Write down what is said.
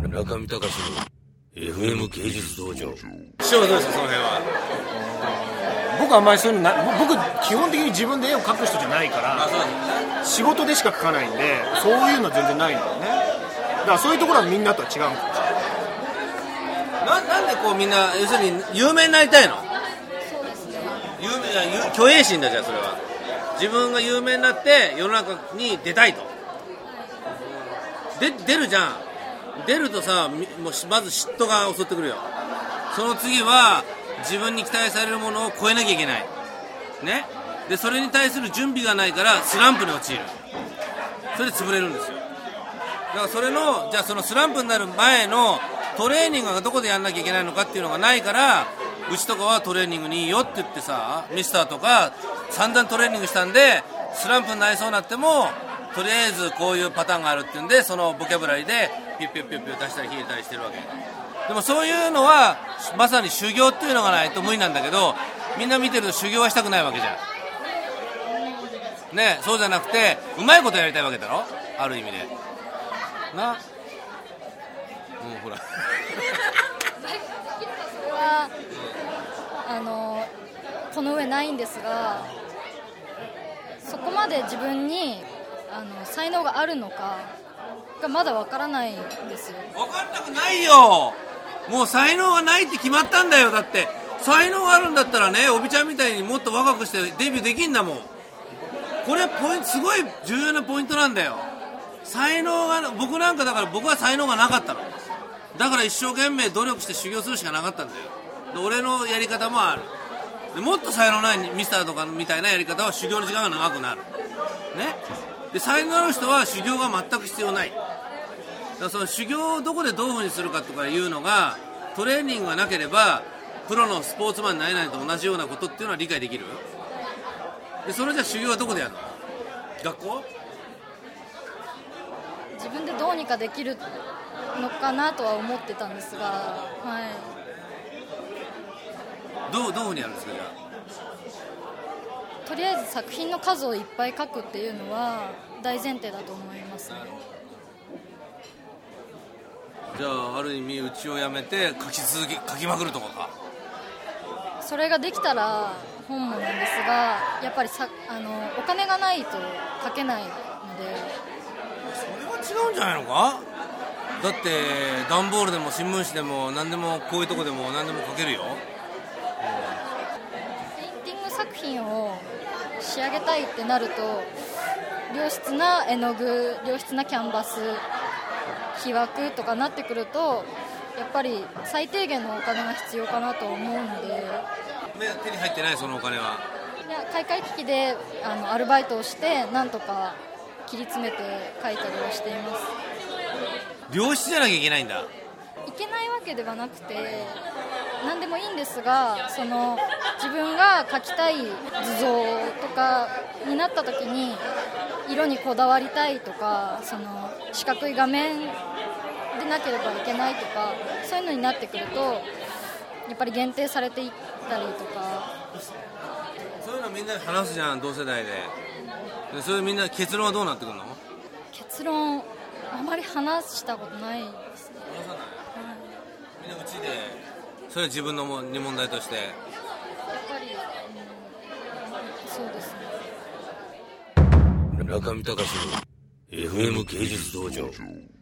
中見隆の FM 芸術道場。 師匠はどうですか、その辺は。 僕はあんまりそういうの僕基本的に自分で絵を描く人じゃないから、仕事でしか描かないんで、そういうの全然ないんだよね。だからそういうところはみんなとは違うのかもしれない。 なんでこうみんな要するに有名になりたいの？ そうですね。 虚栄心だ。じゃあそれは自分が有名になって世の中に出たいと。で出るじゃん。出るとさ、もうまず嫉妬が襲ってくるよ。その次は自分に期待されるものを超えなきゃいけないね。でそれに対する準備がないからスランプに陥る。それで潰れるんですよ。だからそれのじゃあそのスランプになる前のトレーニングがどこでやんなきゃいけないのかっていうのがないから、うちとかはトレーニングにいいよって言ってさ、ミスターとか散々トレーニングしたんでスランプになりそうになってもとりあえずこういうパターンがあるっていうんで、そのボキャブラリーでピュッピュッピュッピュッ出したり引いたりしてるわけでも、そういうのはまさに修行っていうのがないと無理なんだけど、みんな見てると修行はしたくないわけじゃんね。そうじゃなくてうまいことやりたいわけだろ、ある意味でな。ほらそれはこの上ないんですが、そこまで自分に才能があるのかがまだ分からないんですよ。 分かんなくないよ。もう才能がないって決まったんだよ。だって才能があるんだったらね、おびちゃんみたいにもっと若くしてデビューできんだもん。これすごい重要なポイントなんだよ。才能が僕なんかだから僕は才能がなかったの。だから一生懸命努力して修行するしかなかったんだよ。で俺のやり方もある。でもっと才能ないミスターとかみたいなやり方は修行の時間が長くなるね。で才能ある人は修行が全く必要ない。だからその修行をどこでどういう風にするかとかいうのが、トレーニングがなければプロのスポーツマンになれないと同じようなことっていうのは理解できる。でそれじゃ修行はどこでやるの？学校？ 自分でどうにかできるのかなとは思ってたんですが、はい。 どういう風にやるんですか？じゃとりあえず作品の数をいっぱい書くっていうのは大前提だと思いますね。 じゃあある意味うちをやめて書きまくるとかか。 それができたら本望なんですが、やっぱりお金がないと書けないので。 それは違うんじゃないのか。だって段ボールでも新聞紙でも何でもこういうとこでも何でも書けるよ。 ペインティング作品を仕上げたいってなると、良質な絵の具、良質なキャンバス、木枠とかなってくると、やっぱり最低限のお金が必要かなと思うので。 手に入ってない、そのお金は。 いや、買い替え機器でアルバイトをしてなんとか切り詰めて描いたりはしています。 良質じゃなきゃいけないんだ。 いけないわけではなくて、何でもいいんですが、自分が描きたい図像とかになった時に色にこだわりたいとか、四角い画面でなければいけないとか、そういうのになってくるとやっぱり限定されていったりとか。 そういうのみんなで話すじゃん、同世代で。それみんな結論はどうなってくるの？ 結論あまり話したことないですね。 話さない、みんなうちでそれは自分の問題として。やっぱり、そうですね。 中見隆の FM 芸術道場。